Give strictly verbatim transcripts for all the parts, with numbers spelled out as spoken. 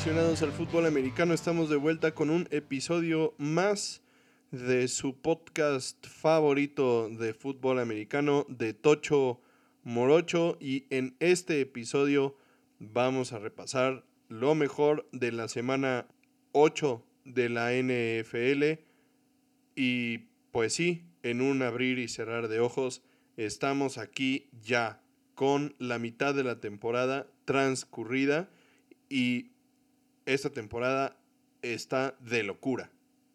aficionados al fútbol americano, estamos de vuelta con un episodio más de su podcast favorito de fútbol americano, de Tocho Morocho, y en este episodio vamos a repasar lo mejor de la semana ocho de la N F L y pues sí, en un abrir y cerrar de ojos, estamos aquí ya con la mitad de la temporada transcurrida y esta temporada está de locura.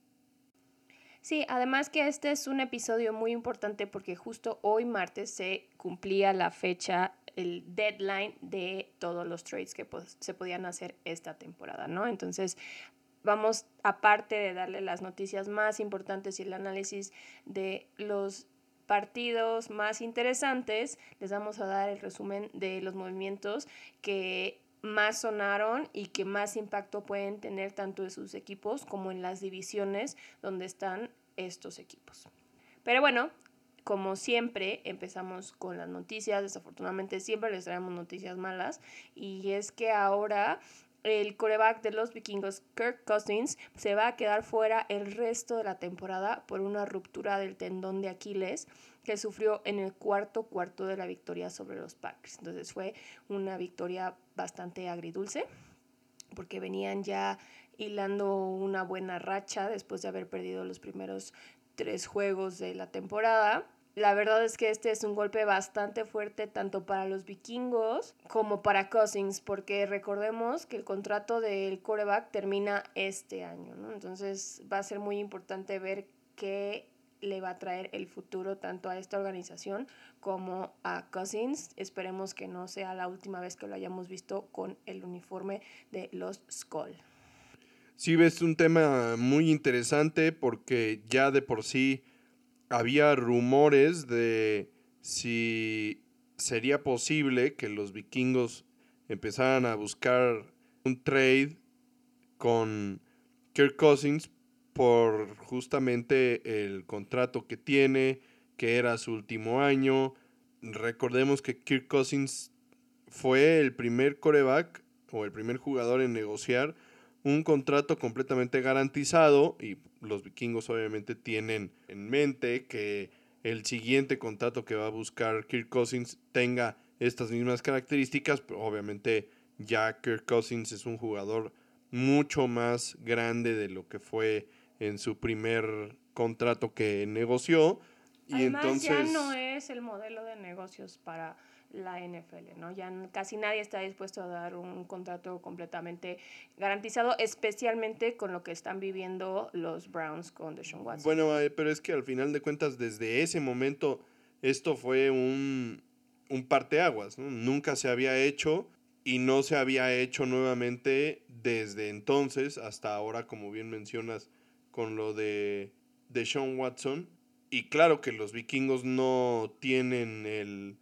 Sí, además que este es un episodio muy importante porque justo hoy martes se cumplía la fecha, el deadline de todos los trades que pues, se podían hacer esta temporada, ¿no? Entonces vamos, aparte de darle las noticias más importantes y el análisis de los partidos más interesantes, les vamos a dar el resumen de los movimientos que más sonaron y que más impacto pueden tener tanto en sus equipos como en las divisiones donde están estos equipos. Pero bueno, como siempre, empezamos con las noticias. Desafortunadamente siempre les traemos noticias malas, y es que ahora el quarterback de los vikingos, Kirk Cousins, se va a quedar fuera el resto de la temporada por una ruptura del tendón de Aquiles que sufrió en el cuarto cuarto de la victoria sobre los Packers. Entonces fue una victoria bastante agridulce porque venían ya hilando una buena racha después de haber perdido los primeros tres juegos de la temporada. La verdad es que este es un golpe bastante fuerte tanto para los vikingos como para Cousins, porque recordemos que el contrato del quarterback termina este año, ¿no? Entonces va a ser muy importante ver qué le va a traer el futuro tanto a esta organización como a Cousins. Esperemos que no sea la última vez que lo hayamos visto con el uniforme de los Skull. Sí, ves un tema muy interesante porque ya de por sí había rumores de si sería posible que los vikingos empezaran a buscar un trade con Kirk Cousins por justamente el contrato que tiene, que era su último año. Recordemos que Kirk Cousins fue el primer quarterback o el primer jugador en negociar un contrato completamente garantizado, y los vikingos obviamente tienen en mente que el siguiente contrato que va a buscar Kirk Cousins tenga estas mismas características, pero obviamente ya Kirk Cousins es un jugador mucho más grande de lo que fue en su primer contrato que negoció. Y Además, entonces ya no es el modelo de negocios para la N F L, ¿no? Ya casi nadie está dispuesto a dar un contrato completamente garantizado, especialmente con lo que están viviendo los Browns con Deshaun Watson. Bueno, eh, pero es que al final de cuentas, desde ese momento, esto fue un, un parteaguas, ¿no? Nunca se había hecho y no se había hecho nuevamente desde entonces hasta ahora, como bien mencionas, con lo de Deshaun Watson. Y claro que los vikingos no tienen el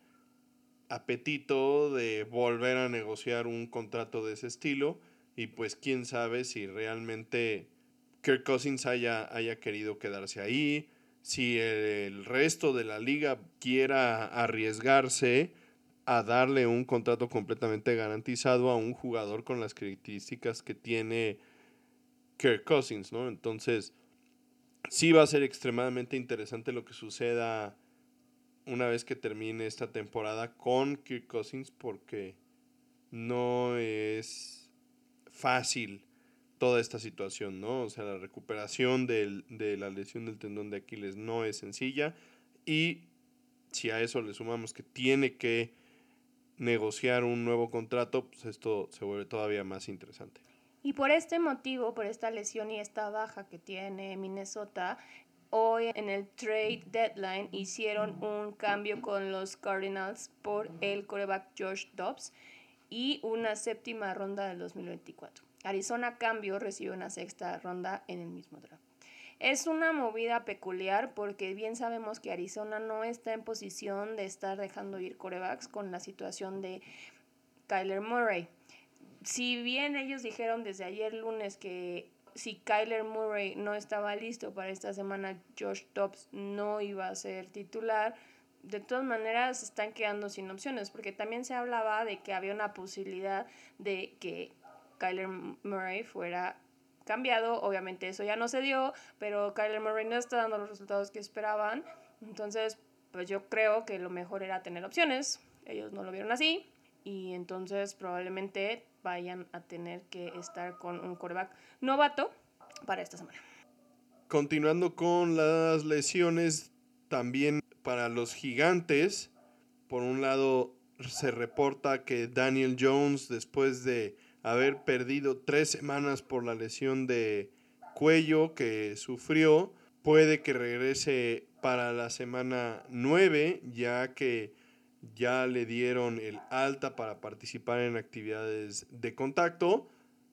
apetito de volver a negociar un contrato de ese estilo, y pues quién sabe si realmente Kirk Cousins haya, haya querido quedarse ahí, si el resto de la liga quiera arriesgarse a darle un contrato completamente garantizado a un jugador con las características que tiene Kirk Cousins, ¿no? Entonces, sí va a ser extremadamente interesante lo que suceda una vez que termine esta temporada con Kirk Cousins, porque no es fácil toda esta situación, ¿no? O sea, la recuperación del, de la lesión del tendón de Aquiles no es sencilla, y si a eso le sumamos que tiene que negociar un nuevo contrato, pues esto se vuelve todavía más interesante. Y por este motivo, por esta lesión y esta baja que tiene Minnesota, hoy en el trade deadline hicieron un cambio con los Cardinals por el quarterback Josh Dobbs y una séptima ronda del dos mil veinticuatro. Arizona, a cambio, recibe una sexta ronda en el mismo draft. Es una movida peculiar porque bien sabemos que Arizona no está en posición de estar dejando ir quarterbacks con la situación de Kyler Murray. Si bien ellos dijeron desde ayer lunes que si Kyler Murray no estaba listo para esta semana, Josh Dobbs no iba a ser titular, de todas maneras están quedando sin opciones, porque también se hablaba de que había una posibilidad de que Kyler Murray fuera cambiado. Obviamente eso ya no se dio, pero Kyler Murray no está dando los resultados que esperaban. Entonces, pues yo creo que lo mejor era tener opciones. Ellos no lo vieron así y entonces probablemente vayan a tener que estar con un quarterback novato para esta semana. Continuando con las lesiones, también para los Gigantes, por un lado se reporta que Daniel Jones, después de haber perdido tres semanas por la lesión de cuello que sufrió, puede que regrese para la semana nueve, ya que ya le dieron el alta para participar en actividades de contacto.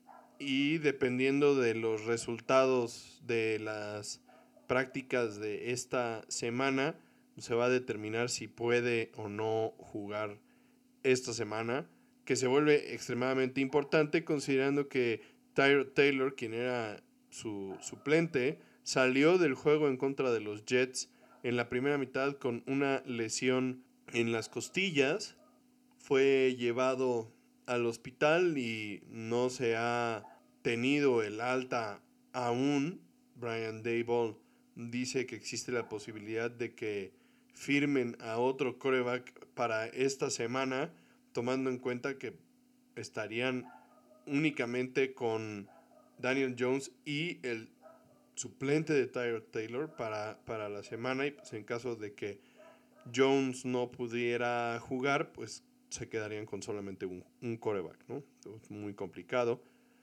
Y dependiendo de los resultados de las prácticas de esta semana, se va a determinar si puede o no jugar esta semana, que se vuelve extremadamente importante considerando que Tyrod Taylor, quien era su suplente, salió del juego en contra de los Jets en la primera mitad con una lesión en las costillas. Fue llevado al hospital y no se ha tenido el alta aún. Brian Daboll dice que existe la posibilidad de que firmen a otro quarterback para esta semana, tomando en cuenta que estarían únicamente con Daniel Jones y el suplente de Tyrod Taylor para, para la semana, y pues en caso de que Jones no pudiera jugar, pues se quedarían con solamente un, un quarterback, ¿no? Es muy complicado.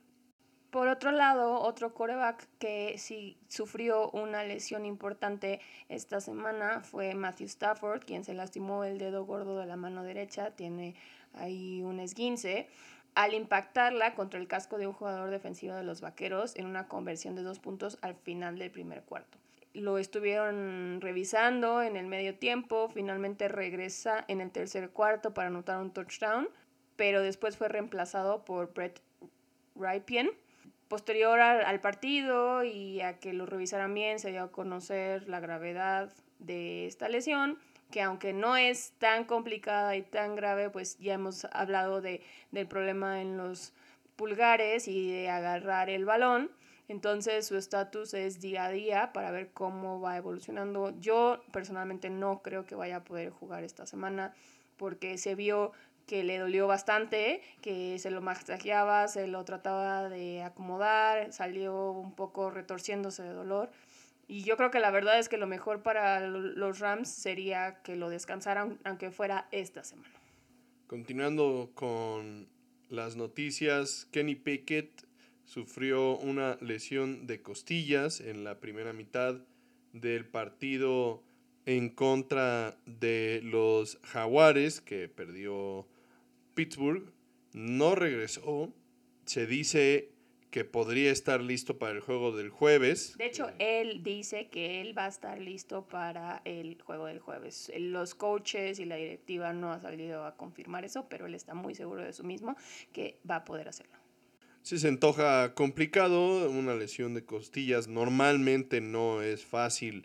Por otro lado, otro quarterback que sí sufrió una lesión importante esta semana fue Matthew Stafford, quien se lastimó el dedo gordo de la mano derecha, tiene ahí un esguince, al impactarla contra el casco de un jugador defensivo de los Vaqueros en una conversión de dos puntos al final del primer cuarto. Lo estuvieron revisando en el medio tiempo, finalmente regresa en el tercer cuarto para anotar un touchdown, pero después fue reemplazado por Brett Rypien. Posterior al, al partido y a que lo revisaran bien, se dio a conocer la gravedad de esta lesión, que aunque no es tan complicada y tan grave, pues ya hemos hablado de, del problema en los pulgares y de agarrar el balón. Entonces su estatus es día a día para ver cómo va evolucionando. Yo personalmente no creo que vaya a poder jugar esta semana porque se vio que le dolió bastante, que se lo masajeaba, se lo trataba de acomodar, salió un poco retorciéndose de dolor. Y yo creo que la verdad es que lo mejor para los Rams sería que lo descansaran, aunque fuera esta semana. Continuando con las noticias, Kenny Pickett sufrió una lesión de costillas en la primera mitad del partido en contra de los Jaguares, que perdió Pittsburgh. No regresó. Se dice que podría estar listo para el juego del jueves. De hecho, él dice que él va a estar listo para el juego del jueves. Los coaches y la directiva no ha salido a confirmar eso, pero él está muy seguro de sí mismo que va a poder hacerlo. Sí, se antoja complicado. Una lesión de costillas normalmente no es fácil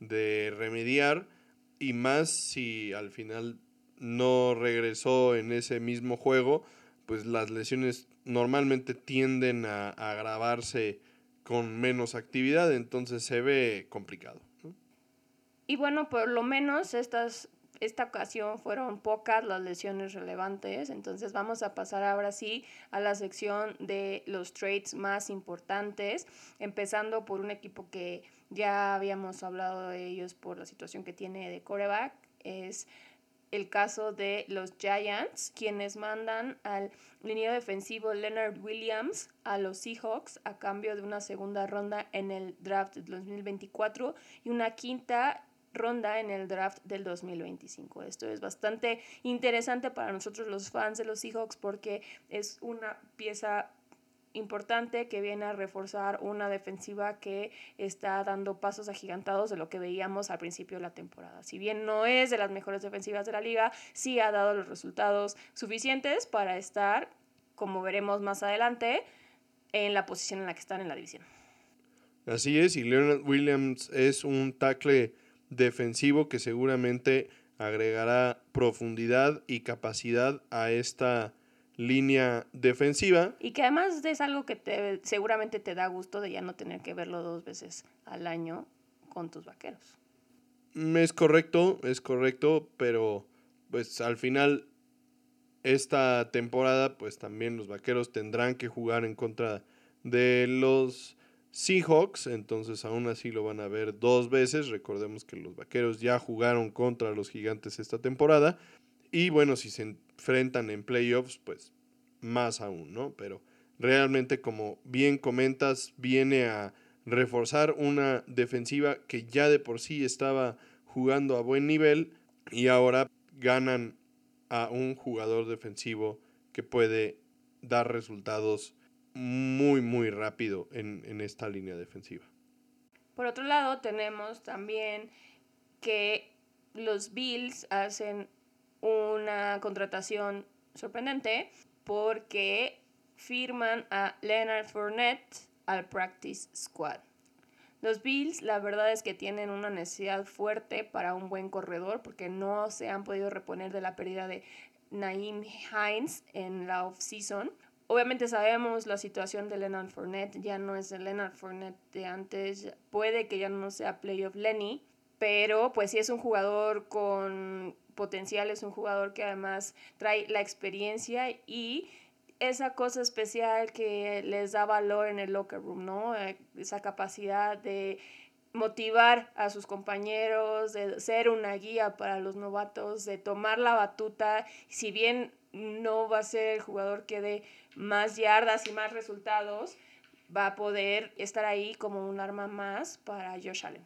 de remediar, y más si al final no regresó en ese mismo juego, pues las lesiones normalmente tienden a, a agravarse con menos actividad, entonces se ve complicado, ¿no? Y bueno, por lo menos estas, esta ocasión fueron pocas las lesiones relevantes, entonces vamos a pasar ahora sí a la sección de los trades más importantes, empezando por un equipo que ya habíamos hablado de ellos por la situación que tiene de quarterback, es el caso de los Giants, quienes mandan al liniero defensivo Leonard Williams a los Seahawks a cambio de una segunda ronda en el draft del dos mil veinticuatro y una quinta ronda en el draft del dos mil veinticinco. Esto es bastante interesante para nosotros los fans de los Seahawks porque es una pieza importante que viene a reforzar una defensiva que está dando pasos agigantados de lo que veíamos al principio de la temporada. Si bien no es de las mejores defensivas de la liga, sí ha dado los resultados suficientes para estar, como veremos más adelante, en la posición en la que están en la división. Así es, y Leonard Williams es un tackle defensivo que seguramente agregará profundidad y capacidad a esta línea defensiva. Y que además es algo que te, seguramente te da gusto de ya no tener que verlo dos veces al año con tus Vaqueros. Es correcto, es correcto, pero pues al final esta temporada pues también los Vaqueros tendrán que jugar en contra de los Seahawks, entonces aún así lo van a ver dos veces. Recordemos que los Vaqueros ya jugaron contra los Gigantes esta temporada y bueno, si se enfrentan en playoffs pues más aún, ¿no? Pero realmente, como bien comentas, viene a reforzar una defensiva que ya de por sí estaba jugando a buen nivel y ahora ganan a un jugador defensivo que puede dar resultados muy muy rápido en, en esta línea defensiva. Por otro lado, tenemos también que los Bills hacen una contratación sorprendente porque firman a Leonard Fournette al Practice Squad. Los Bills, la verdad es que tienen una necesidad fuerte para un buen corredor porque no se han podido reponer de la pérdida de Nyheim Hines en la off-season. Obviamente sabemos la situación de Leonard Fournette, ya no es el Leonard Fournette de antes, puede que ya no sea Playoff Lenny, pero pues sí es un jugador con potencial, es un jugador que además trae la experiencia y esa cosa especial que les da valor en el locker room, ¿no? Esa capacidad de motivar a sus compañeros, de ser una guía para los novatos, de tomar la batuta, si bien no va a ser el jugador que dé más yardas y más resultados, va a poder estar ahí como un arma más para Josh Allen.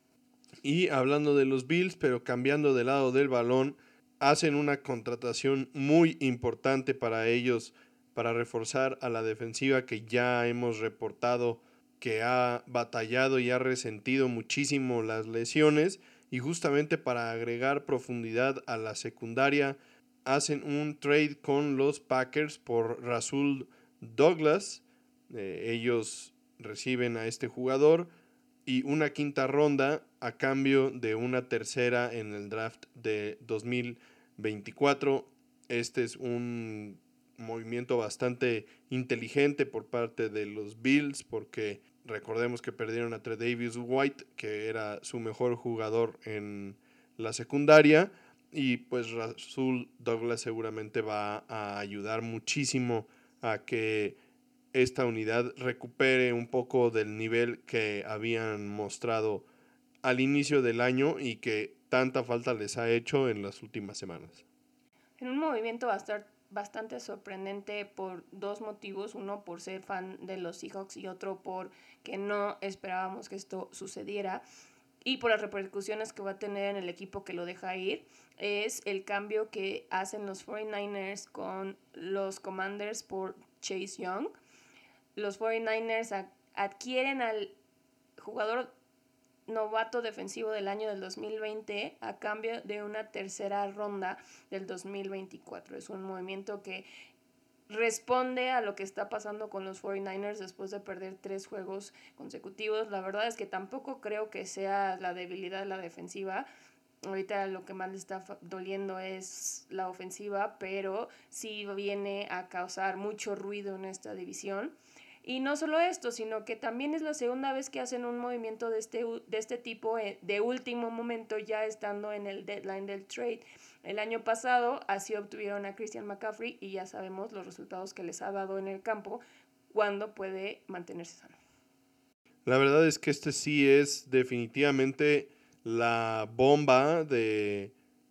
Y hablando de los Bills, pero cambiando de lado del balón, hacen una contratación muy importante para ellos, para reforzar a la defensiva que ya hemos reportado que ha batallado y ha resentido muchísimo las lesiones, y justamente para agregar profundidad a la secundaria hacen un trade con los Packers por Rasul Douglas. Eh, ellos reciben a este jugador y una quinta ronda a cambio de una tercera en el draft de dos mil veinticuatro. Este es un movimiento bastante inteligente por parte de los Bills porque recordemos que perdieron a Tre'Davious White, que era su mejor jugador en la secundaria, y pues Rasul Douglas seguramente va a ayudar muchísimo a que esta unidad recupere un poco del nivel que habían mostrado al inicio del año y que tanta falta les ha hecho en las últimas semanas. En un movimiento bastante sorprendente por dos motivos, uno por ser fan de los Seahawks y otro por que no esperábamos que esto sucediera y por las repercusiones que va a tener en el equipo que lo deja ir, es el cambio que hacen los cuarenta y nueve ers con los Commanders por Chase Young. Los cuarenta y nueve ers adquieren al jugador novato defensivo del año del dos mil veinte a cambio de una tercera ronda del dos mil veinticuatro. Es un movimiento que responde a lo que está pasando con los cuarenta y nueve ers después de perder tres juegos consecutivos. La verdad es que tampoco creo que sea la debilidad de la defensiva. Ahorita lo que más le está doliendo es la ofensiva, pero sí viene a causar mucho ruido en esta división. Y no solo esto, sino que también es la segunda vez que hacen un movimiento de este, de este tipo de último momento, ya estando en el deadline del trade. El año pasado así obtuvieron a Christian McCaffrey y ya sabemos los resultados que les ha dado en el campo cuando puede mantenerse sano. La verdad es que este sí es definitivamente la bomba de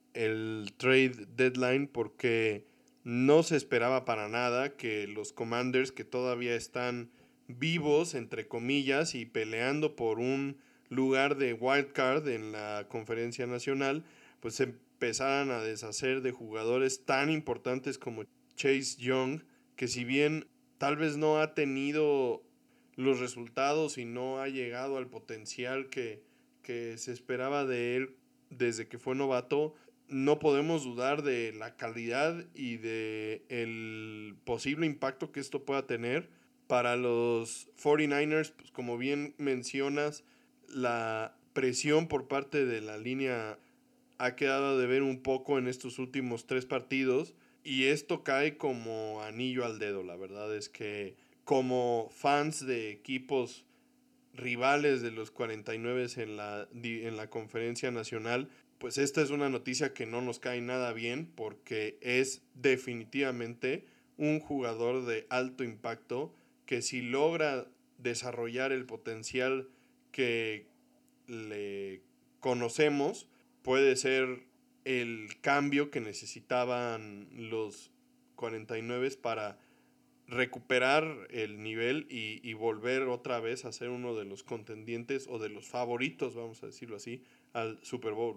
el trade deadline porque no se esperaba para nada que los Commanders, que todavía están vivos, entre comillas, y peleando por un lugar de wild card en la conferencia nacional, pues empezaran a deshacer de jugadores tan importantes como Chase Young, que si bien tal vez no ha tenido los resultados y no ha llegado al potencial que, que se esperaba de él desde que fue novato, no podemos dudar de la calidad y de el posible impacto que esto pueda tener para los cuarenta y nueve ers. Pues como bien mencionas, la presión por parte de la línea ha quedado de ver un poco en estos últimos tres partidos y esto cae como anillo al dedo. La verdad es que como fans de equipos rivales de los cuarenta y nueve en la, en la conferencia nacional, pues esta es una noticia que no nos cae nada bien, porque es definitivamente un jugador de alto impacto que, si logra desarrollar el potencial que le conocemos, puede ser el cambio que necesitaban los cuarenta y nueve para recuperar el nivel y, y volver otra vez a ser uno de los contendientes o de los favoritos, vamos a decirlo así, al Super Bowl.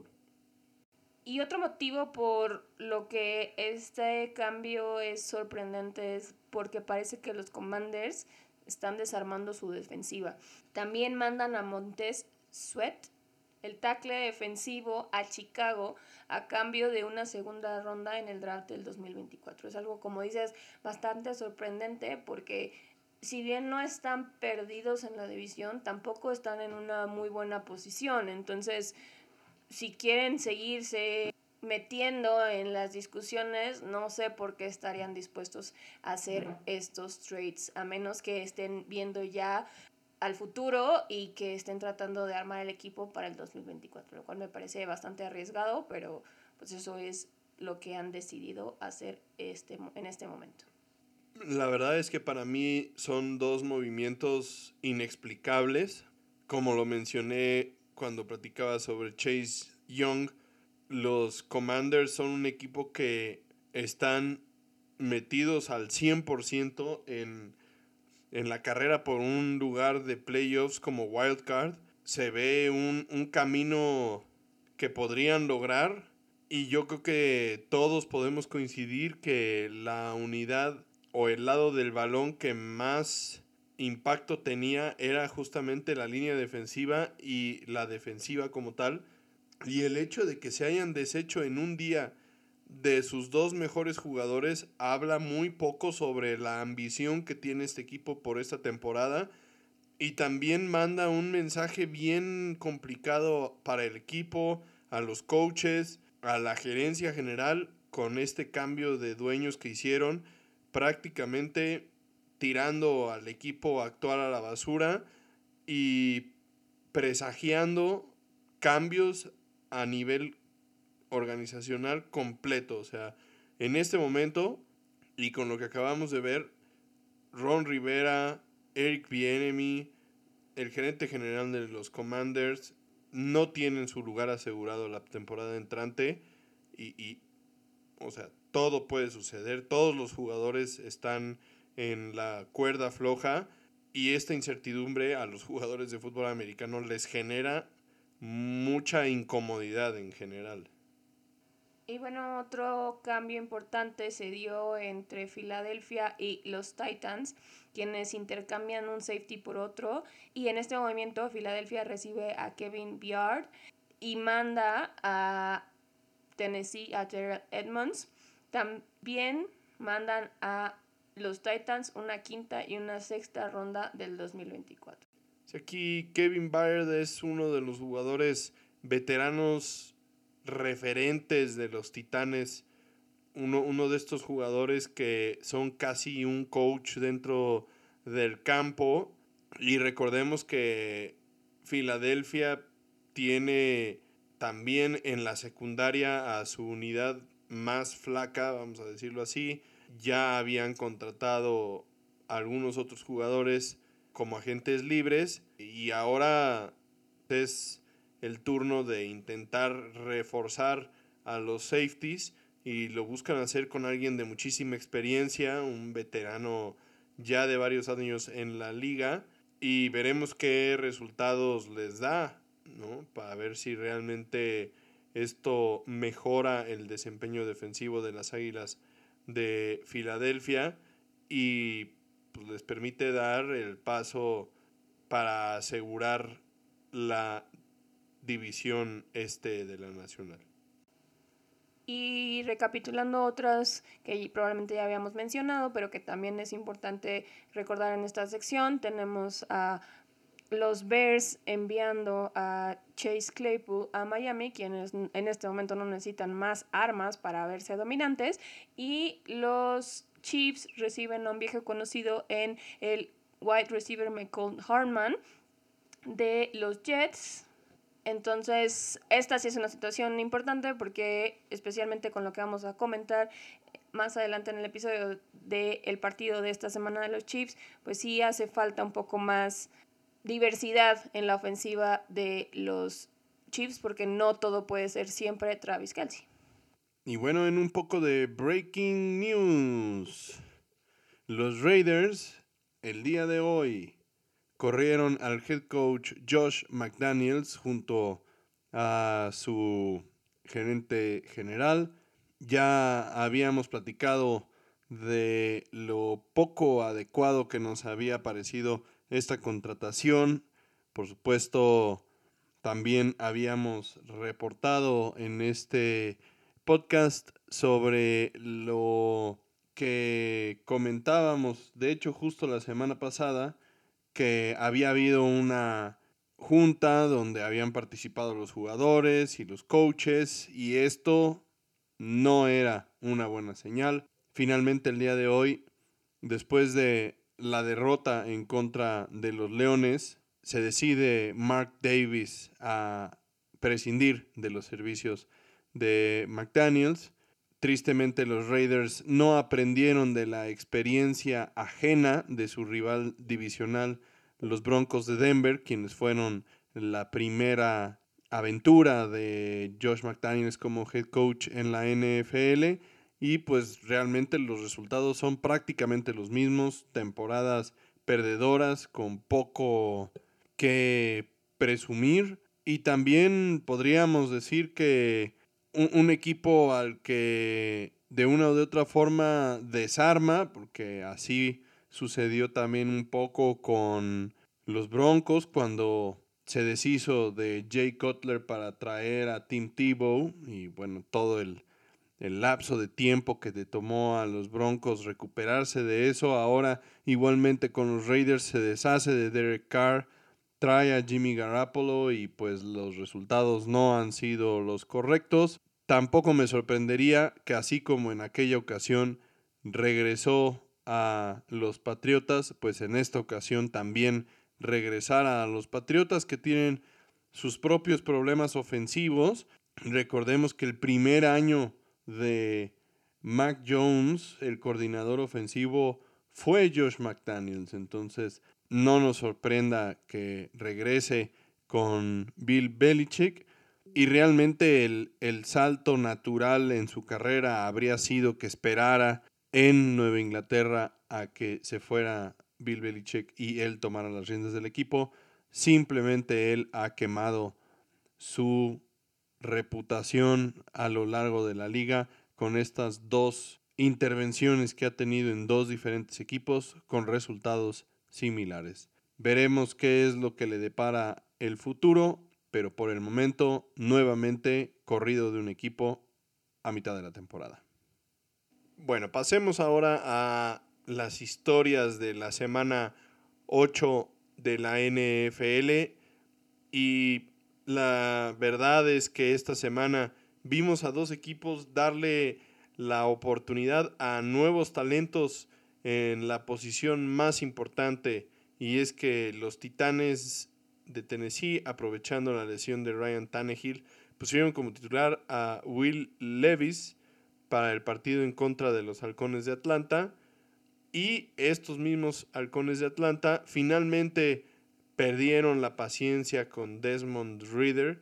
Y otro motivo por lo que este cambio es sorprendente es porque parece que los Commanders están desarmando su defensiva. También mandan a Montez Sweat, el tackle defensivo, a Chicago a cambio de una segunda ronda en el draft del dos mil veinticuatro. Es algo, como dices, bastante sorprendente porque si bien no están perdidos en la división, tampoco están en una muy buena posición. Entonces, si quieren seguirse metiendo en las discusiones, no sé por qué estarían dispuestos a hacer estos trades, a menos que estén viendo ya al futuro y que estén tratando de armar el equipo para el dos mil veinticuatro, lo cual me parece bastante arriesgado, pero pues eso es lo que han decidido hacer este, en este momento. La verdad es que para mí son dos movimientos inexplicables. Como lo mencioné cuando platicaba sobre Chase Young, los Commanders son un equipo que están metidos al cien por ciento en, en la carrera por un lugar de playoffs como wild card. Se ve un, un camino que podrían lograr, y yo creo que todos podemos coincidir que la unidad o el lado del balón que más impacto tenía era justamente la línea defensiva y la defensiva como tal. Y el hecho de que se hayan deshecho en un día de sus dos mejores jugadores habla muy poco sobre la ambición que tiene este equipo por esta temporada, y también manda un mensaje bien complicado para el equipo, a los coaches, a la gerencia general, con este cambio de dueños que hicieron, prácticamente tirando al equipo actual a la basura y presagiando cambios a nivel organizacional completo. O sea, en este momento, y con lo que acabamos de ver, Ron Rivera, Eric Bieniemy, el gerente general de los Commanders, no tienen su lugar asegurado la temporada entrante, y, y o sea, todo puede suceder. Todos los jugadores están en la cuerda floja, y esta incertidumbre a los jugadores de fútbol americano les genera mucha incomodidad en general. Y bueno, otro cambio importante se dio entre Filadelfia y los Titans, quienes intercambian un safety por otro. Y en este movimiento Filadelfia recibe a Kevin Byard y manda a Tennessee a Terrell Edmonds. También mandan a los Titans una quinta y una sexta ronda del dos mil veinticuatro. Aquí Kevin Byard es uno de los jugadores veteranos referentes de los Titanes, uno, uno de estos jugadores que son casi un coach dentro del campo. Y recordemos que Filadelfia tiene también en la secundaria a su unidad más flaca, vamos a decirlo así. Ya habían contratado a algunos otros jugadores como agentes libres, y ahora es el turno de intentar reforzar a los safeties, y lo buscan hacer con alguien de muchísima experiencia, un veterano ya de varios años en la liga, y veremos qué resultados les da, ¿no? Para ver si realmente esto mejora el desempeño defensivo de las Águilas de Filadelfia y pues les permite dar el paso para asegurar la división este de la Nacional. Y recapitulando otras que probablemente ya habíamos mencionado, pero que también es importante recordar en esta sección, tenemos a los Bears enviando a Chase Claypool a Miami, quienes en este momento no necesitan más armas para verse dominantes, y los Chiefs reciben a un viejo conocido en el wide receiver Mecole Hardman de los Jets. Entonces, esta sí es una situación importante porque, especialmente con lo que vamos a comentar más adelante en el episodio del partido de esta semana de los Chiefs, pues sí hace falta un poco más diversidad en la ofensiva de los Chiefs porque no todo puede ser siempre Travis Kelce. Y bueno, en un poco de breaking news, los Raiders el día de hoy corrieron al head coach Josh McDaniels junto a su gerente general. Ya habíamos platicado de lo poco adecuado que nos había parecido esta contratación. Por supuesto, también habíamos reportado en este podcast sobre lo que comentábamos, de hecho, justo la semana pasada, que había habido una junta donde habían participado los jugadores y los coaches y esto no era una buena señal. Finalmente el día de hoy, después de la derrota en contra de los Leones, se decide Mark Davis a prescindir de los servicios de McDaniels. Tristemente los Raiders no aprendieron de la experiencia ajena de su rival divisional, los Broncos de Denver, quienes fueron la primera aventura de Josh McDaniels como head coach en la N F L y pues realmente los resultados son prácticamente los mismos, temporadas perdedoras con poco que presumir y también podríamos decir que un, un equipo al que de una u de otra forma desarma, porque así sucedió también un poco con los Broncos cuando se deshizo de Jay Cutler para traer a Tim Tebow y bueno, todo el, el lapso de tiempo que le tomó a los Broncos recuperarse de eso. Ahora igualmente con los Raiders se deshace de Derek Carr, trae a Jimmy Garoppolo y pues los resultados no han sido los correctos. Tampoco me sorprendería que así como en aquella ocasión regresó a los Patriotas, pues en esta ocasión también regresara a los Patriotas que tienen sus propios problemas ofensivos. Recordemos que el primer año de Mac Jones, el coordinador ofensivo, fue Josh McDaniels. Entonces, no nos sorprenda que regrese con Bill Belichick. Y realmente el, el salto natural en su carrera habría sido que esperara en Nueva Inglaterra a que se fuera Bill Belichick y él tomara las riendas del equipo. Simplemente él ha quemado su reputación a lo largo de la liga con estas dos intervenciones que ha tenido en dos diferentes equipos con resultados similares. Veremos qué es lo que le depara el futuro, pero por el momento nuevamente corrido de un equipo a mitad de la temporada. Bueno, pasemos ahora a las historias de la semana ocho de la N F L y la verdad es que esta semana vimos a dos equipos darle la oportunidad a nuevos talentos en la posición más importante y es que los Titanes de Tennessee, aprovechando la lesión de Ryan Tannehill, pusieron como titular a Will Levis para el partido en contra de los Halcones de Atlanta y estos mismos Halcones de Atlanta finalmente perdieron la paciencia con Desmond Ridder,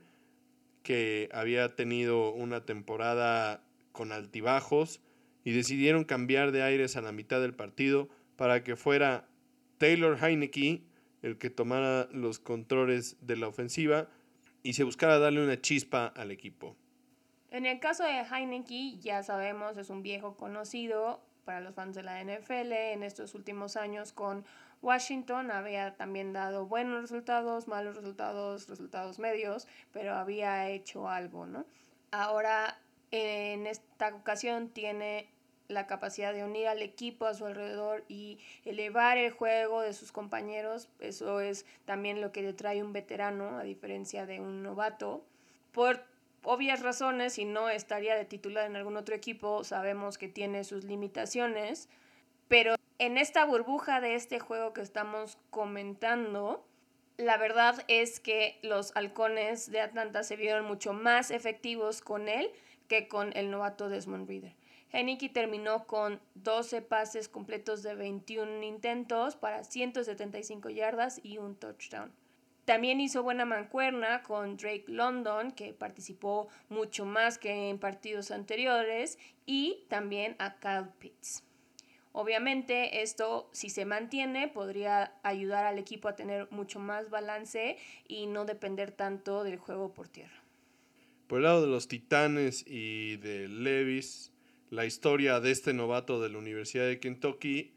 que había tenido una temporada con altibajos, y decidieron cambiar de aires a la mitad del partido para que fuera Taylor Heinicke el que tomara los controles de la ofensiva y se buscara darle una chispa al equipo. En el caso de Heinicke, ya sabemos, es un viejo conocido para los fans de la N F L. En estos últimos años con Washington había también dado buenos resultados, malos resultados, resultados medios, pero había hecho algo, ¿no? Ahora, en esta ocasión tiene la capacidad de unir al equipo a su alrededor y elevar el juego de sus compañeros. Eso es también lo que le trae un veterano, a diferencia de un novato. Por obvias razones, si no estaría de titular en algún otro equipo, sabemos que tiene sus limitaciones, pero en esta burbuja de este juego que estamos comentando, la verdad es que los halcones de Atlanta se vieron mucho más efectivos con él que con el novato Desmond Ridder. Heinicke terminó con doce pases completos de veintiún intentos para ciento setenta y cinco yardas y un touchdown. También hizo buena mancuerna con Drake London, que participó mucho más que en partidos anteriores, y también a Kyle Pitts. Obviamente esto, si se mantiene, podría ayudar al equipo a tener mucho más balance y no depender tanto del juego por tierra. Por el lado de los Titanes y de Levis, la historia de este novato de la Universidad de Kentucky,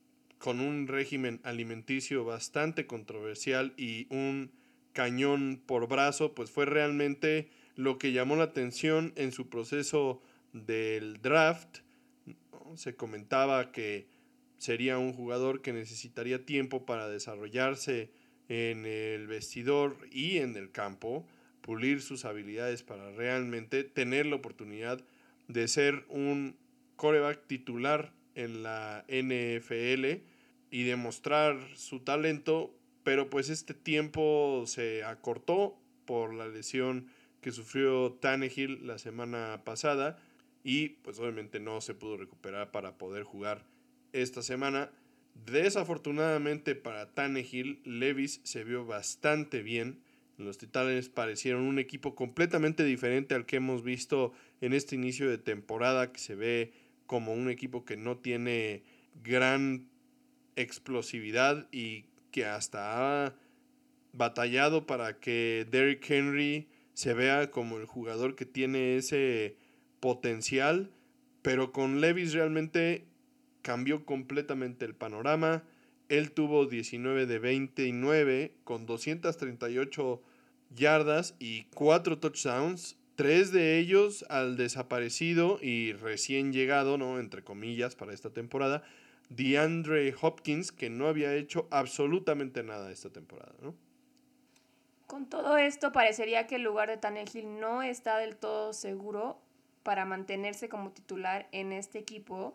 con un régimen alimenticio bastante controversial y un cañón por brazo, pues fue realmente lo que llamó la atención en su proceso del draft. Se comentaba que sería un jugador que necesitaría tiempo para desarrollarse en el vestidor y en el campo, pulir sus habilidades para realmente tener la oportunidad de ser un quarterback titular en la N F L y demostrar su talento, pero pues este tiempo se acortó por la lesión que sufrió Tannehill la semana pasada y pues obviamente no se pudo recuperar para poder jugar esta semana. Desafortunadamente para Tannehill, Levis se vio bastante bien. Los Titanes parecieron un equipo completamente diferente al que hemos visto en este inicio de temporada, que se ve como un equipo que no tiene gran explosividad y que hasta ha batallado para que Derrick Henry se vea como el jugador que tiene ese potencial, pero con Levis realmente cambió completamente el panorama. Él tuvo diecinueve de veintinueve con doscientas treinta y ocho yardas y cuatro touchdowns, tres de ellos al desaparecido y recién llegado, ¿no?, entre comillas, para esta temporada, DeAndre Hopkins, que no había hecho absolutamente nada esta temporada, ¿no? Con todo esto, parecería que el lugar de Tannehill no está del todo seguro para mantenerse como titular en este equipo,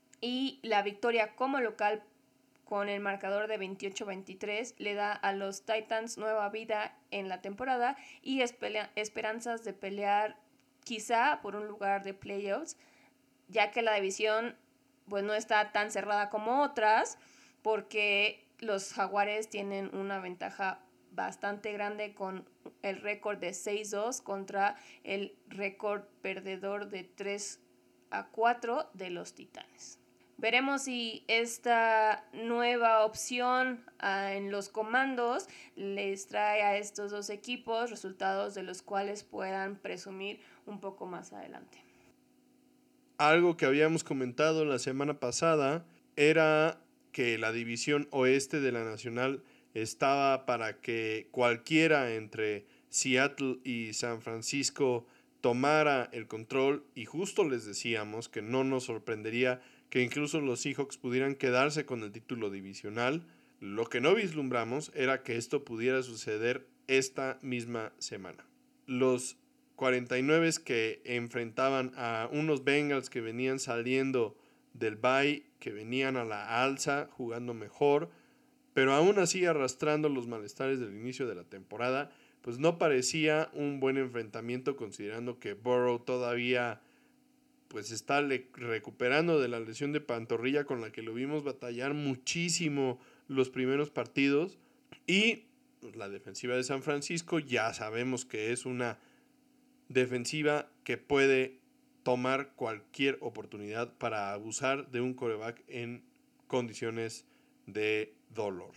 y la victoria como local con el marcador de veintiocho a veintitrés le da a los Titans nueva vida en la temporada y esperanzas de pelear quizá por un lugar de playoffs, ya que la división pues no está tan cerrada como otras, porque los Jaguares tienen una ventaja bastante grande con el récord de seis dos contra el récord perdedor de tres a cuatro de los Titanes. Veremos si esta nueva opción uh, en los comandos les trae a estos dos equipos resultados de los cuales puedan presumir un poco más adelante. Algo que habíamos comentado la semana pasada era que la división oeste de la Nacional estaba para que cualquiera entre Seattle y San Francisco tomara el control, y justo les decíamos que no nos sorprendería que incluso los Seahawks pudieran quedarse con el título divisional. Lo que no vislumbramos era que esto pudiera suceder esta misma semana. Los cuarenta y nueve que enfrentaban a unos Bengals que venían saliendo del bye, que venían a la alza, jugando mejor, pero aún así arrastrando los malestares del inicio de la temporada, pues no parecía un buen enfrentamiento, considerando que Burrow todavía pues está le- recuperando de la lesión de pantorrilla con la que lo vimos batallar muchísimo los primeros partidos, y pues, la defensiva de San Francisco ya sabemos que es una defensiva que puede tomar cualquier oportunidad para abusar de un quarterback en condiciones de dolor.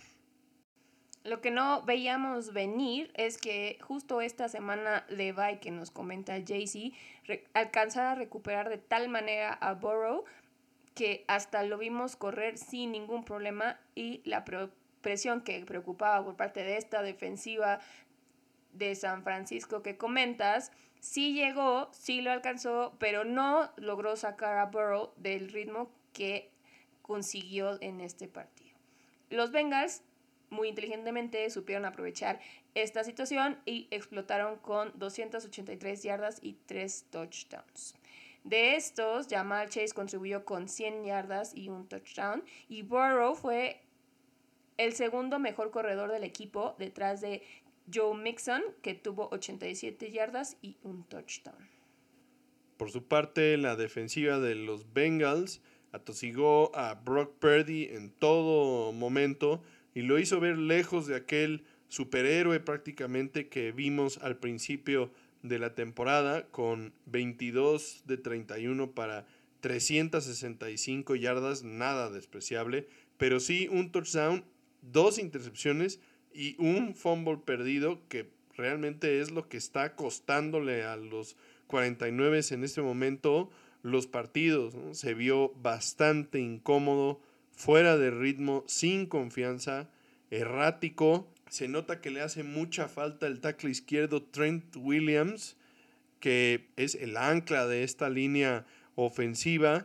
Lo que no veíamos venir es que justo esta semana de bye que nos comenta Jaycee, re- alcanzara a recuperar de tal manera a Burrow que hasta lo vimos correr sin ningún problema, y la pre- presión que preocupaba por parte de esta defensiva de San Francisco que comentas Sí llegó, sí lo alcanzó, pero no logró sacar a Burrow del ritmo que consiguió en este partido. Los Bengals muy inteligentemente supieron aprovechar esta situación y explotaron con doscientas ochenta y tres yardas y tres touchdowns. De estos, Ja'Marr Chase contribuyó con cien yardas y un touchdown, y Burrow fue el segundo mejor corredor del equipo detrás de Joe Mixon, que tuvo ochenta y siete yardas y un touchdown. Por su parte, la defensiva de los Bengals atosigó a Brock Purdy en todo momento y lo hizo ver lejos de aquel superhéroe prácticamente que vimos al principio de la temporada, con veintidós de treinta y uno para trescientas sesenta y cinco yardas, nada despreciable, pero sí un touchdown, dos intercepciones y un fumble perdido, que realmente es lo que está costándole a los cuarenta y nueve en este momento los partidos, ¿no? Se vio bastante incómodo, fuera de ritmo, sin confianza, errático. Se nota que le hace mucha falta el tackle izquierdo Trent Williams, que es el ancla de esta línea ofensiva,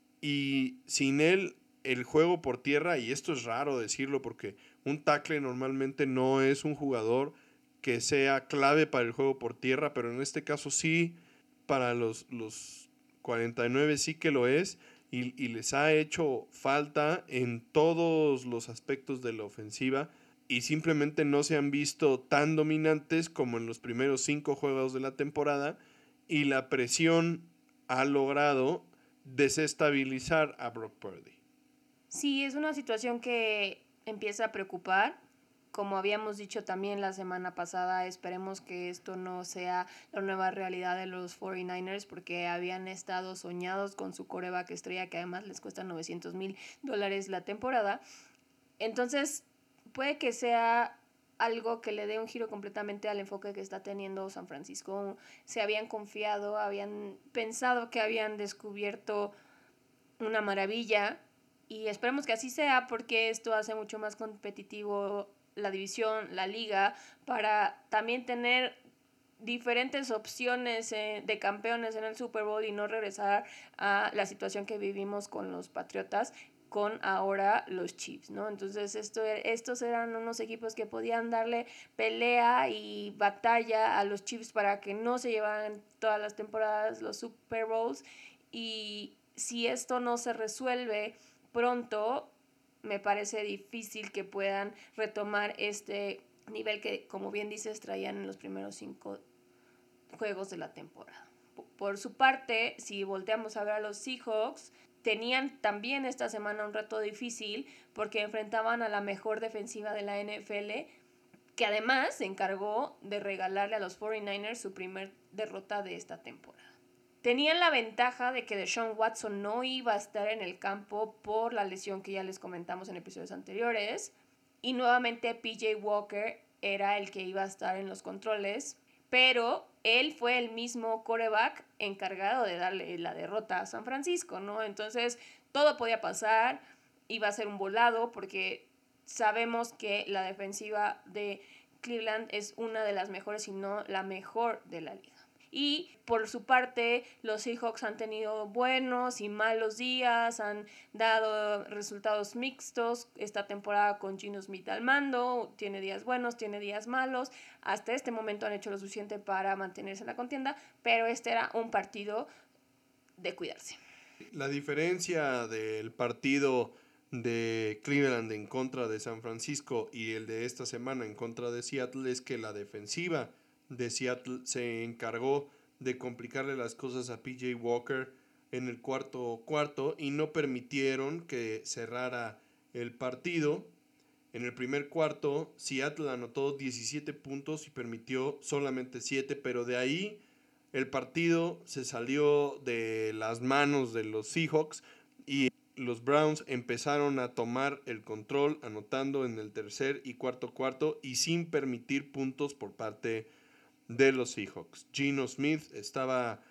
y sin él el juego por tierra, y esto es raro decirlo porque un tackle normalmente no es un jugador que sea clave para el juego por tierra, pero en este caso sí, para los, los cuarenta y nueve sí que lo es, y, y les ha hecho falta en todos los aspectos de la ofensiva, y simplemente no se han visto tan dominantes como en los primeros cinco juegos de la temporada, y la presión ha logrado desestabilizar a Brock Purdy. Sí, es una situación que empieza a preocupar. Como habíamos dicho también la semana pasada, esperemos que esto no sea la nueva realidad de los cuarenta y nueve ers, porque habían estado soñados con su quarterback estrella, que además les cuesta novecientos mil dólares la temporada. Entonces, puede que sea algo que le dé un giro completamente al enfoque que está teniendo San Francisco. Se habían confiado, habían pensado que habían descubierto una maravilla, y esperemos que así sea, porque esto hace mucho más competitivo la división, la liga, para también tener diferentes opciones eh, de campeones en el Super Bowl y no regresar a la situación que vivimos con los Patriotas, con ahora los Chiefs, ¿no? Entonces esto, estos eran unos equipos que podían darle pelea y batalla a los Chiefs para que no se llevaran todas las temporadas los Super Bowls, y si esto no se resuelve pronto, me parece difícil que puedan retomar este nivel que, como bien dices, traían en los primeros cinco juegos de la temporada. Por su parte, si volteamos a ver a los Seahawks, tenían también esta semana un reto difícil porque enfrentaban a la mejor defensiva de la N F L, que además se encargó de regalarle a los cuarenta y nueve ers su primer derrota de esta temporada. Tenían la ventaja de que Deshaun Watson no iba a estar en el campo por la lesión que ya les comentamos en episodios anteriores, y nuevamente P J Walker era el que iba a estar en los controles, pero él fue el mismo quarterback encargado de darle la derrota a San Francisco, ¿no? Entonces todo podía pasar, iba a ser un volado, porque sabemos que la defensiva de Cleveland es una de las mejores, si no la mejor de la liga. Y por su parte, los Seahawks han tenido buenos y malos días, han dado resultados mixtos esta temporada con Geno Smith al mando, tiene días buenos, tiene días malos. Hasta este momento han hecho lo suficiente para mantenerse en la contienda, pero este era un partido de cuidarse. La diferencia del partido de Cleveland en contra de San Francisco y el de esta semana en contra de Seattle es que la defensiva de Seattle se encargó de complicarle las cosas a P J Walker en el cuarto cuarto y no permitieron que cerrara el partido. En el primer cuarto, Seattle anotó diecisiete puntos y permitió solamente siete, pero de ahí el partido se salió de las manos de los Seahawks y los Browns empezaron a tomar el control, anotando en el tercer y cuarto cuarto y sin permitir puntos por parte de los Seahawks. Geno Smith estaba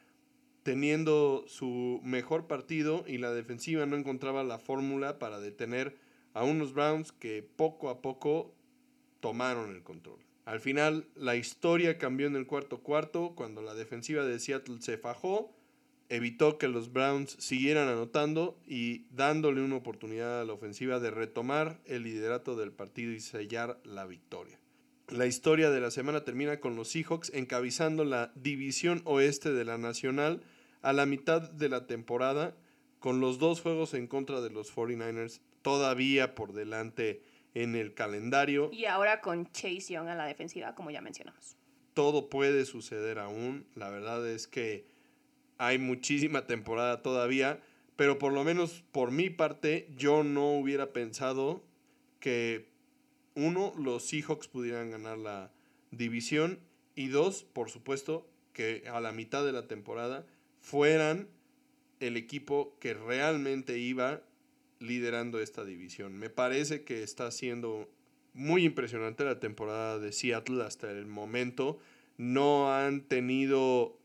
teniendo su mejor partido y la defensiva no encontraba la fórmula para detener a unos Browns que poco a poco tomaron el control. Al final, la historia cambió en el cuarto cuarto cuando la defensiva de Seattle se fajó, evitó que los Browns siguieran anotando y dándole una oportunidad a la ofensiva de retomar el liderato del partido y sellar la victoria. La historia de la semana termina con los Seahawks encabezando la división oeste de la Nacional a la mitad de la temporada, con los dos juegos en contra de los cuarenta y nueve ers todavía por delante en el calendario. Y ahora con Chase Young a la defensiva, como ya mencionamos. Todo puede suceder aún. La verdad es que hay muchísima temporada todavía, pero por lo menos por mi parte, yo no hubiera pensado que, uno, los Seahawks pudieran ganar la división, y dos, por supuesto, que a la mitad de la temporada fueran el equipo que realmente iba liderando esta división. Me parece que está siendo muy impresionante la temporada de Seattle hasta el momento. No han tenido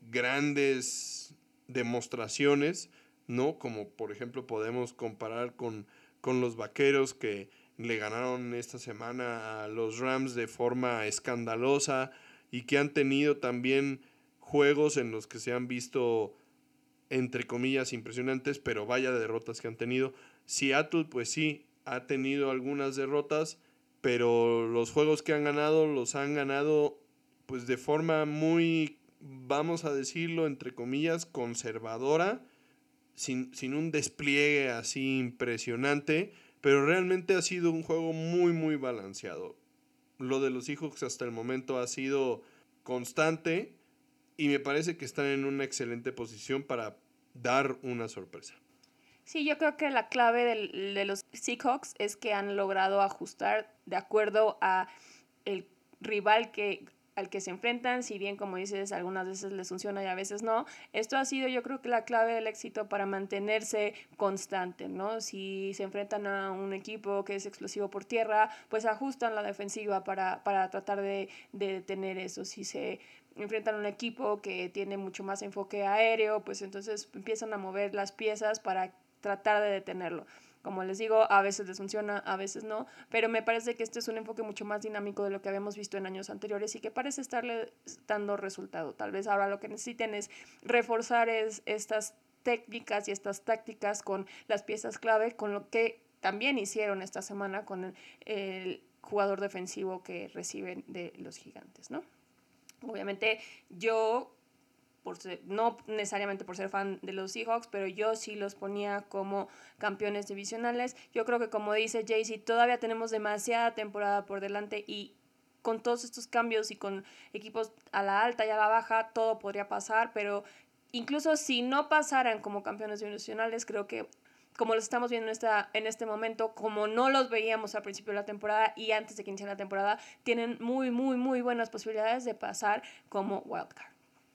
grandes demostraciones, ¿no? Como por ejemplo podemos comparar con, con los Vaqueros, que le ganaron esta semana a los Rams de forma escandalosa y que han tenido también juegos en los que se han visto, entre comillas, impresionantes, pero vaya derrotas que han tenido. Seattle, pues sí, ha tenido algunas derrotas, pero los juegos que han ganado los han ganado pues de forma muy, vamos a decirlo, entre comillas, conservadora, sin, sin un despliegue así impresionante, pero realmente ha sido un juego muy, muy balanceado. Lo de los Seahawks hasta el momento ha sido constante y me parece que están en una excelente posición para dar una sorpresa. Sí, yo creo que la clave del, de los Seahawks es que han logrado ajustar de acuerdo a el rival que, al que se enfrentan, si bien, como dices, algunas veces les funciona y a veces no. Esto ha sido, yo creo que la clave del éxito para mantenerse constante, ¿no? Si se enfrentan a un equipo que es explosivo por tierra, pues ajustan la defensiva para, para tratar de, de detener eso. Si se enfrentan a un equipo que tiene mucho más enfoque aéreo, pues entonces empiezan a mover las piezas para tratar de detenerlo. Como les digo, a veces les funciona, a veces no, pero me parece que este es un enfoque mucho más dinámico de lo que habíamos visto en años anteriores y que parece estarle dando resultado. Tal vez ahora lo que necesiten es reforzar es estas técnicas y estas tácticas con las piezas clave, con lo que también hicieron esta semana con el, el jugador defensivo que reciben de los Gigantes, ¿no? Obviamente yo, por ser, no necesariamente por ser fan de los Seahawks, pero yo sí los ponía como campeones divisionales. Yo creo que, como dice Jaycee, todavía tenemos demasiada temporada por delante y con todos estos cambios y con equipos a la alta y a la baja, todo podría pasar, pero incluso si no pasaran como campeones divisionales, creo que, como los estamos viendo en, esta, en este momento, como no los veíamos al principio de la temporada y antes de que inicie la temporada, tienen muy, muy, muy buenas posibilidades de pasar como wildcard.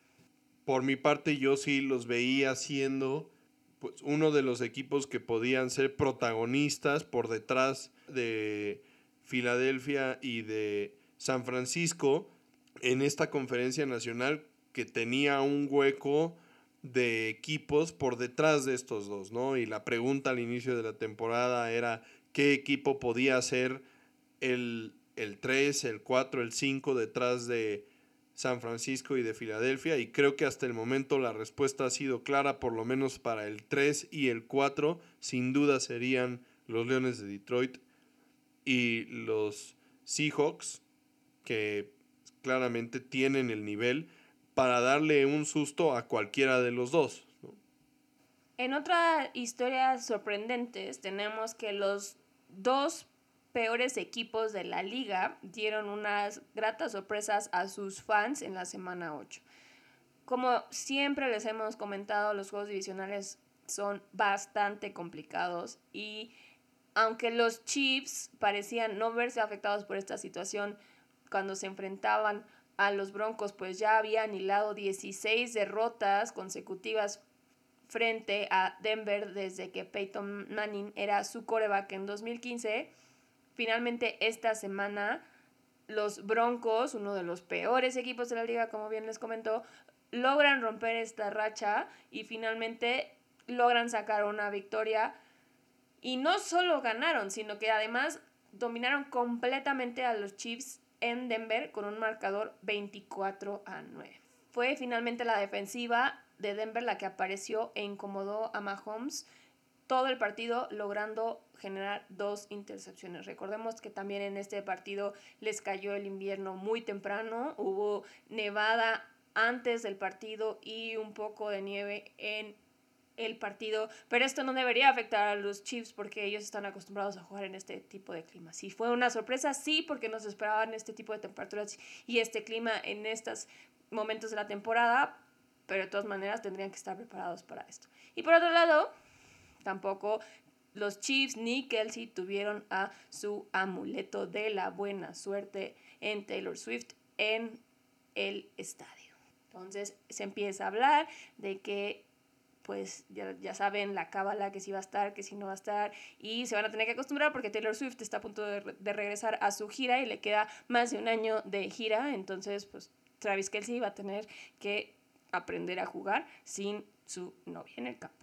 Por mi parte, yo sí los veía siendo pues, uno de los equipos que podían ser protagonistas por detrás de Filadelfia y de San Francisco en esta conferencia nacional, que tenía un hueco de equipos por detrás de estos dos, ¿no? Y la pregunta al inicio de la temporada era qué equipo podía ser el, el tres, el cuatro, el cinco detrás de San Francisco y de Filadelfia, y creo que hasta el momento la respuesta ha sido clara, por lo menos para el tres y el cuatro, sin duda serían los Leones de Detroit y los Seahawks, que claramente tienen el nivel para darle un susto a cualquiera de los dos, ¿no? En otras historias sorprendentes tenemos que los dos peores equipos de la liga dieron unas gratas sorpresas a sus fans en la semana ocho. Como siempre les hemos comentado, los juegos divisionales son bastante complicados y aunque los Chiefs parecían no verse afectados por esta situación cuando se enfrentaban a los Broncos, pues ya habían hilado dieciséis derrotas consecutivas frente a Denver desde que Peyton Manning era su quarterback en dos mil quince. Finalmente esta semana los Broncos, uno de los peores equipos de la liga, como bien les comentó, logran romper esta racha y finalmente logran sacar una victoria. Y no solo ganaron, sino que además dominaron completamente a los Chiefs en Denver con un marcador veinticuatro a nueve. Fue finalmente la defensiva de Denver la que apareció e incomodó a Mahomes todo el partido, logrando generar dos intercepciones. Recordemos que también en este partido les cayó el invierno muy temprano, hubo nevada antes del partido y un poco de nieve en el partido, pero esto no debería afectar a los Chiefs porque ellos están acostumbrados a jugar en este tipo de clima. Sí, fue una sorpresa, sí, porque no se esperaban este tipo de temperaturas y este clima en estos momentos de la temporada, pero de todas maneras tendrían que estar preparados para esto. Y por otro lado, tampoco los Chiefs ni Kelsey tuvieron a su amuleto de la buena suerte en Taylor Swift en el estadio. Entonces se empieza a hablar de que pues ya, ya saben la cábala, que sí va a estar, que sí no va a estar, y se van a tener que acostumbrar porque Taylor Swift está a punto de, de regresar a su gira y le queda más de un año de gira, entonces pues Travis Kelce va a tener que aprender a jugar sin su novia en el campo.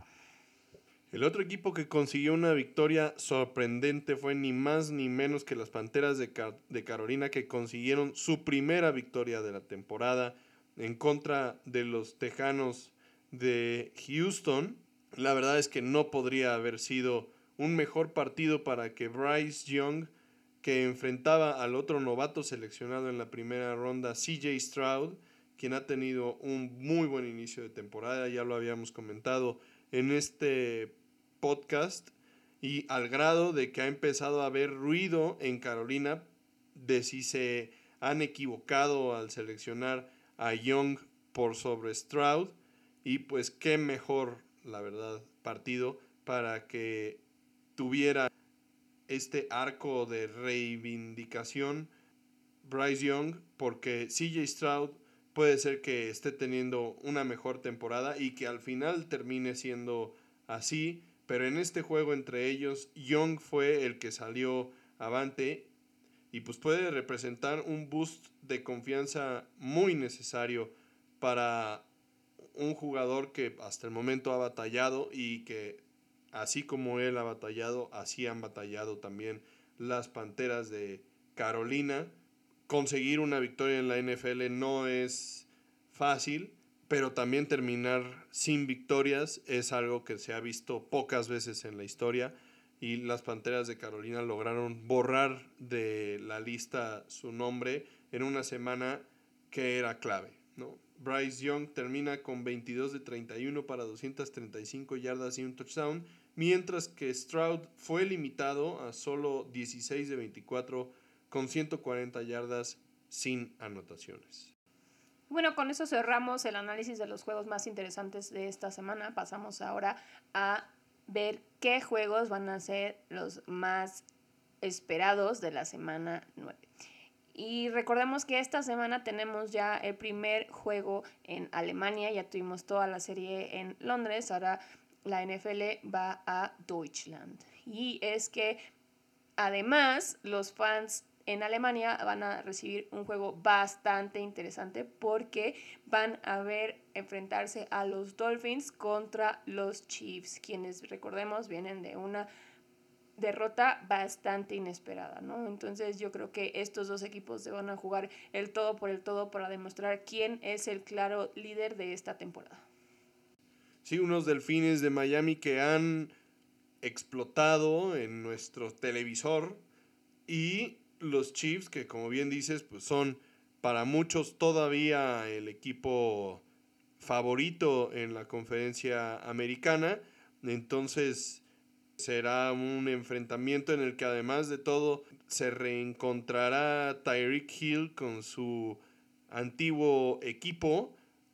El otro equipo que consiguió una victoria sorprendente fue ni más ni menos que las Panteras de, Car- de Carolina, que consiguieron su primera victoria de la temporada en contra de los Tejanos de Houston. La verdad es que no podría haber sido un mejor partido para que Bryce Young, que enfrentaba al otro novato seleccionado en la primera ronda, C J Stroud, quien ha tenido un muy buen inicio de temporada, ya lo habíamos comentado en este podcast, y al grado de que ha empezado a haber ruido en Carolina de si se han equivocado al seleccionar a Young por sobre Stroud, y pues qué mejor, la verdad, partido para que tuviera este arco de reivindicación Bryce Young, porque C J Stroud puede ser que esté teniendo una mejor temporada y que al final termine siendo así, pero en este juego entre ellos, Young fue el que salió avante y pues puede representar un boost de confianza muy necesario para un jugador que hasta el momento ha batallado y que así como él ha batallado, así han batallado también las Panteras de Carolina. Conseguir una victoria en la N F L no es fácil, pero también terminar sin victorias es algo que se ha visto pocas veces en la historia, y las Panteras de Carolina lograron borrar de la lista su nombre en una semana que era clave, ¿no? Bryce Young termina con veintidós de treinta y uno para doscientas treinta y cinco yardas y un touchdown, mientras que Stroud fue limitado a solo dieciséis de veinticuatro con ciento cuarenta yardas sin anotaciones. Bueno, con eso cerramos el análisis de los juegos más interesantes de esta semana. Pasamos ahora a ver qué juegos van a ser los más esperados de la semana nueve. Y recordemos que esta semana tenemos ya el primer juego en Alemania, ya tuvimos toda la serie en Londres, ahora la N F L va a Deutschland. Y es que además los fans en Alemania van a recibir un juego bastante interesante porque van a ver enfrentarse a los Dolphins contra los Chiefs, quienes, recordemos, vienen de una derrota bastante inesperada, ¿no? Entonces yo creo que estos dos equipos se van a jugar el todo por el todo para demostrar quién es el claro líder de esta temporada. Sí, unos Delfines de Miami que han explotado en nuestro televisor, y los Chiefs que, como bien dices, pues son para muchos todavía el equipo favorito en la conferencia americana. Entonces será un enfrentamiento en el que, además de todo, se reencontrará Tyreek Hill con su antiguo equipo,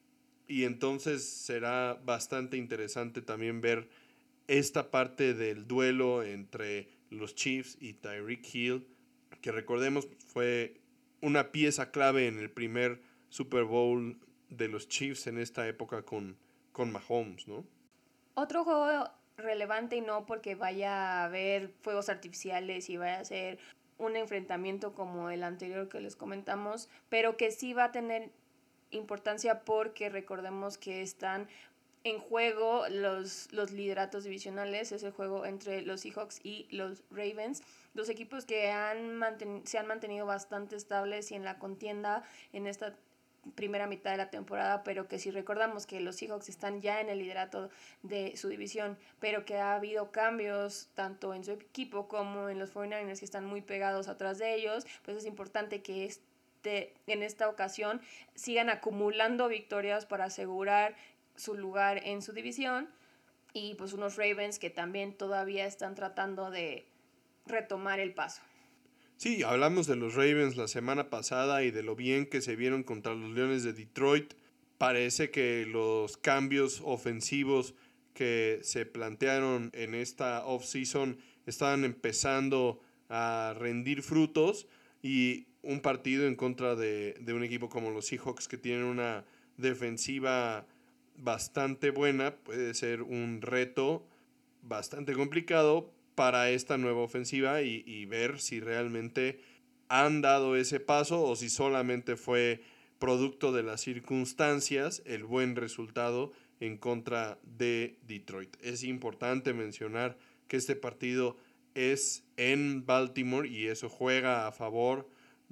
y entonces será bastante interesante también ver esta parte del duelo entre los Chiefs y Tyreek Hill, que recordemos fue una pieza clave en el primer Super Bowl de los Chiefs en esta época con, con Mahomes, ¿no? Otro juego relevante, y no porque vaya a haber fuegos artificiales y vaya a ser un enfrentamiento como el anterior que les comentamos, pero que sí va a tener importancia porque recordemos que están en juego los, los lideratos divisionales. Es el juego entre los Seahawks y los Ravens, dos equipos que han manten- se han mantenido bastante estables y en la contienda en esta primera mitad de la temporada, pero que si recordamos que los Seahawks están ya en el liderato de su división, pero que ha habido cambios tanto en su equipo como en los cuarenta y nueve ers que están muy pegados atrás de ellos, pues es importante que este, en esta ocasión sigan acumulando victorias para asegurar su lugar en su división, y pues unos Ravens que también todavía están tratando de retomar el paso. Sí, hablamos de los Ravens la semana pasada y de lo bien que se vieron contra los Leones de Detroit. Parece que los cambios ofensivos que se plantearon en esta offseason estaban empezando a rendir frutos, y un partido en contra de, de un equipo como los Seahawks, que tienen una defensiva bastante buena, puede ser un reto bastante complicado para esta nueva ofensiva, y, y ver si realmente han dado ese paso o si solamente fue producto de las circunstancias el buen resultado en contra de Detroit. Es importante mencionar que este partido es en Baltimore y eso juega a favor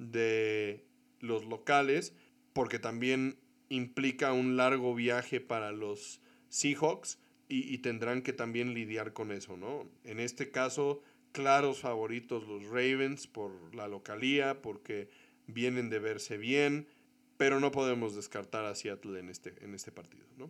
de los locales, porque también implica un largo viaje para los Seahawks, y, y tendrán que también lidiar con eso, ¿no? En este caso, claros favoritos los Ravens por la localía, porque vienen de verse bien, pero no podemos descartar a Seattle en este, en este partido, ¿no?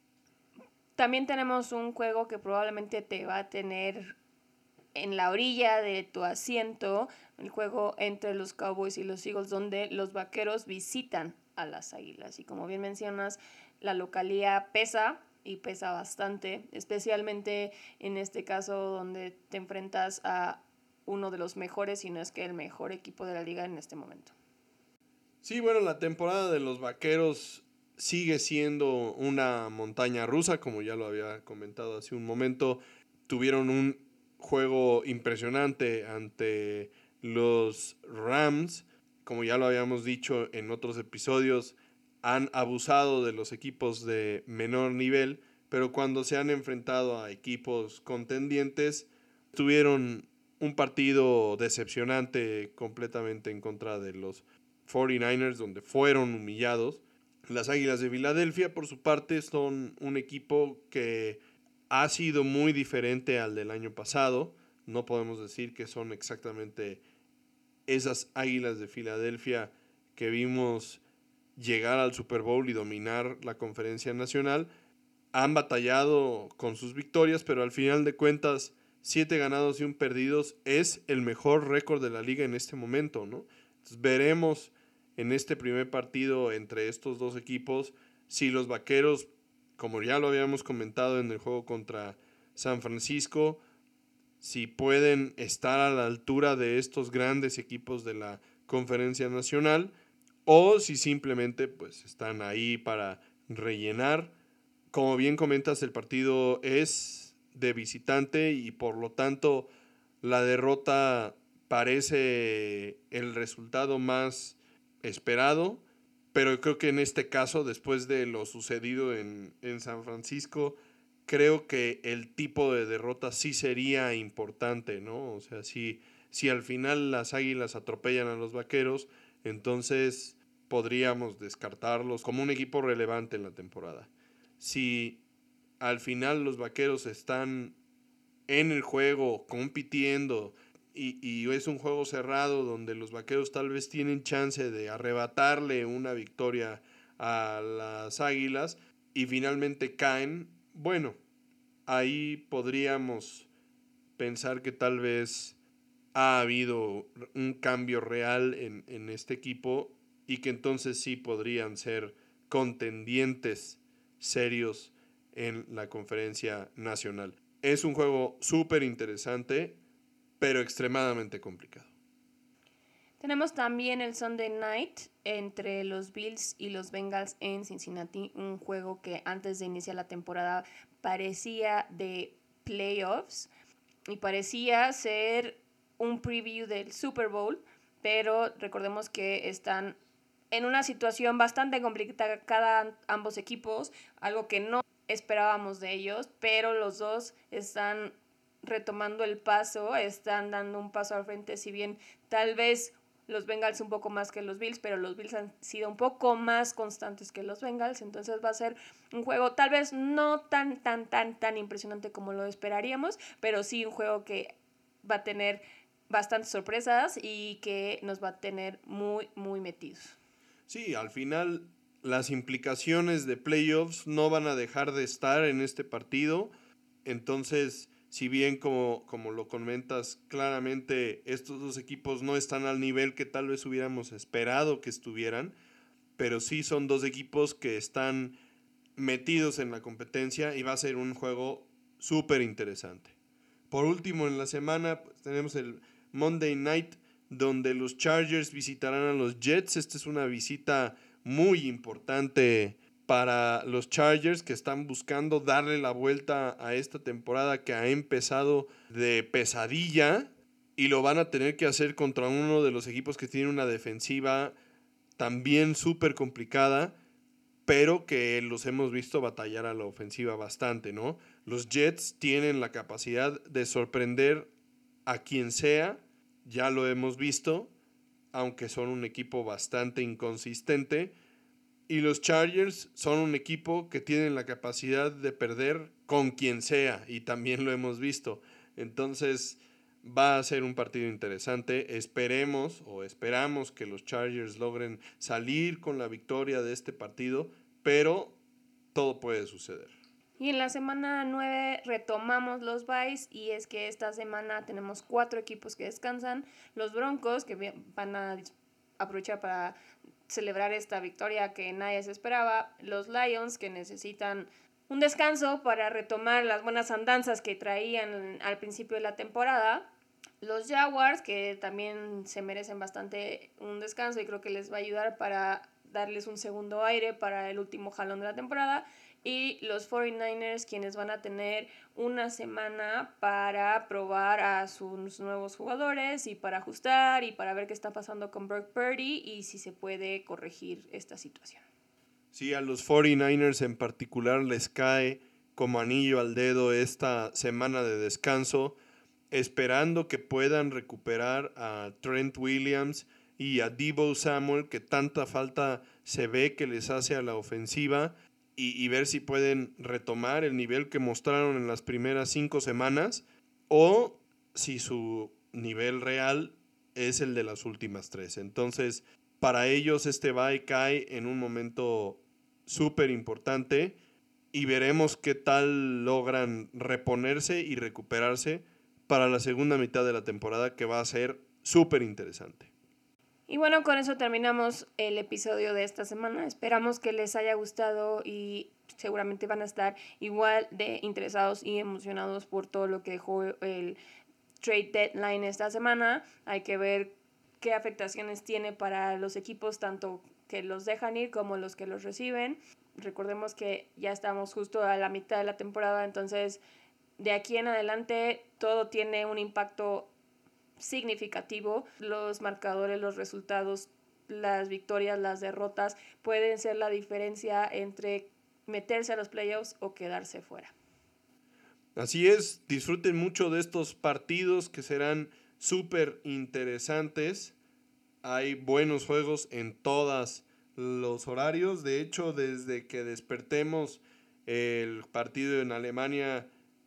También tenemos un juego que probablemente te va a tener en la orilla de tu asiento, el juego entre los Cowboys y los Eagles, donde los Vaqueros visitan a las Águilas. Y como bien mencionas, la localía pesa y pesa bastante, especialmente en este caso donde te enfrentas a uno de los mejores, si no es que el mejor equipo de la liga en este momento. Sí, bueno, la temporada de los Vaqueros sigue siendo una montaña rusa, como ya lo había comentado hace un momento. Tuvieron un juego impresionante ante los Rams, como ya lo habíamos dicho en otros episodios. Han abusado de los equipos de menor nivel, pero cuando se han enfrentado a equipos contendientes, tuvieron un partido decepcionante completamente en contra de los cuarenta y nueve ers, donde fueron humillados. Las Águilas de Filadelfia, por su parte, son un equipo que ha sido muy diferente al del año pasado. No podemos decir que son exactamente esas Águilas de Filadelfia que vimos llegar al Super Bowl y dominar la Conferencia Nacional. Han batallado con sus victorias, pero al final de cuentas, siete ganados y un perdidos es el mejor récord de la liga en este momento, ¿no? Entonces, veremos en este primer partido entre estos dos equipos si los Vaqueros, como ya lo habíamos comentado en el juego contra San Francisco, si pueden estar a la altura de estos grandes equipos de la Conferencia Nacional, o si simplemente pues están ahí para rellenar. Como bien comentas, el partido es de visitante y por lo tanto la derrota parece el resultado más esperado, pero creo que en este caso, después de lo sucedido en, en San Francisco, creo que el tipo de derrota sí sería importante, ¿no? O sea, si, si al final las Águilas atropellan a los Vaqueros, entonces podríamos descartarlos como un equipo relevante en la temporada. Si al final los Vaqueros están en el juego, compitiendo, y, y es un juego cerrado donde los Vaqueros tal vez tienen chance de arrebatarle una victoria a las Águilas y finalmente caen, bueno, ahí podríamos pensar que tal vez ha habido un cambio real en, en este equipo y que entonces sí podrían ser contendientes serios en la Conferencia Nacional. Es un juego súper interesante, pero extremadamente complicado. Tenemos también el Sunday Night entre los Bills y los Bengals en Cincinnati, un juego que antes de iniciar la temporada parecía de playoffs y parecía ser un preview del Super Bowl, pero recordemos que están en una situación bastante complicada cada ambos equipos, algo que no esperábamos de ellos, pero los dos están retomando el paso, están dando un paso al frente, si bien tal vez los Bengals un poco más que los Bills, pero los Bills han sido un poco más constantes que los Bengals, entonces va a ser un juego tal vez no tan, tan, tan, tan impresionante como lo esperaríamos, pero sí un juego que va a tener bastantes sorpresas y que nos va a tener muy, muy metidos. Sí, al final las implicaciones de playoffs no van a dejar de estar en este partido, entonces si bien como, como lo comentas claramente estos dos equipos no están al nivel que tal vez hubiéramos esperado que estuvieran, pero sí son dos equipos que están metidos en la competencia y va a ser un juego súper interesante. Por último, en la semana pues, tenemos el Monday Night, donde los Chargers visitarán a los Jets. Esta es una visita muy importante para los Chargers, que están buscando darle la vuelta a esta temporada que ha empezado de pesadilla, y lo van a tener que hacer contra uno de los equipos que tiene una defensiva también súper complicada, pero que los hemos visto batallar a la ofensiva bastante, ¿no? Los Jets tienen la capacidad de sorprender a quien sea, ya lo hemos visto, aunque son un equipo bastante inconsistente, y los Chargers son un equipo que tienen la capacidad de perder con quien sea, y también lo hemos visto. Entonces va a ser un partido interesante. Esperemos o esperamos que los Chargers logren salir con la victoria de este partido, pero todo puede suceder. Y en la semana nueve retomamos los byes, y es que esta semana tenemos cuatro equipos que descansan. Los Broncos, que van a aprovechar para celebrar esta victoria que nadie se esperaba. Los Lions, que necesitan un descanso para retomar las buenas andanzas que traían al principio de la temporada. Los Jaguars, que también se merecen bastante un descanso y creo que les va a ayudar para darles un segundo aire para el último jalón de la temporada. Y los cuarenta y nueve ers, quienes van a tener una semana para probar a sus nuevos jugadores y para ajustar y para ver qué está pasando con Brock Purdy y si se puede corregir esta situación. Sí, a los cuarenta y nueve ers en particular les cae como anillo al dedo esta semana de descanso, esperando que puedan recuperar a Trent Williams y a Deebo Samuel, que tanta falta se ve que les hace a la ofensiva, y, y ver si pueden retomar el nivel que mostraron en las primeras cinco semanas, o si su nivel real es el de las últimas tres. Entonces, para ellos este bye cae en un momento súper importante, y veremos qué tal logran reponerse y recuperarse para la segunda mitad de la temporada, que va a ser súper interesante. Y bueno, con eso terminamos el episodio de esta semana. Esperamos que les haya gustado y seguramente van a estar igual de interesados y emocionados por todo lo que dejó el trade deadline esta semana. Hay que ver qué afectaciones tiene para los equipos, tanto que los dejan ir como los que los reciben. Recordemos que ya estamos justo a la mitad de la temporada, entonces de aquí en adelante todo tiene un impacto significativo. Los marcadores, los resultados, las victorias, las derrotas pueden ser la diferencia entre meterse a los playoffs o quedarse fuera. Así es, disfruten mucho de estos partidos que serán súper interesantes. Hay buenos juegos en todos los horarios. De hecho, desde que despertemos, el partido en Alemania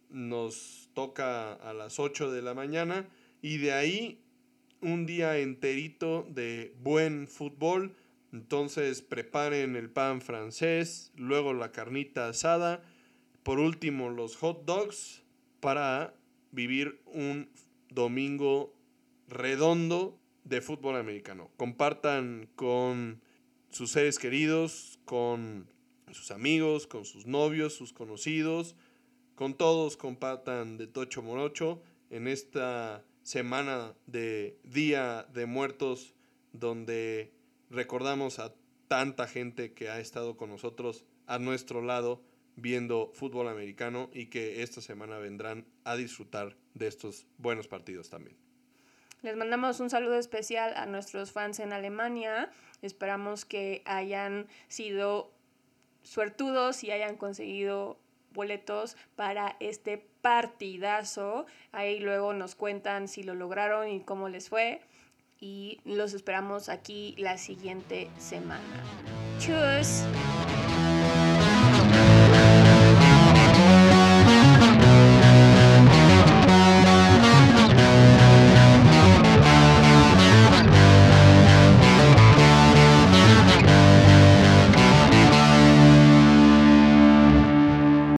nos toca a las ocho de la mañana, y de ahí un día enterito de buen fútbol. Entonces preparen el pan francés, luego la carnita asada, por último los hot dogs, para vivir un domingo redondo de fútbol americano. Compartan con sus seres queridos, con sus amigos, con sus novios, sus conocidos, con todos compartan de tocho morocho en esta semana de Día de Muertos, donde recordamos a tanta gente que ha estado con nosotros a nuestro lado viendo fútbol americano, y que esta semana vendrán a disfrutar de estos buenos partidos también. Les mandamos un saludo especial a nuestros fans en Alemania. Esperamos que hayan sido suertudos y hayan conseguido boletos para este partidazo. Ahí luego nos cuentan si lo lograron y cómo les fue. Y los esperamos aquí la siguiente semana. ¡Tschüss!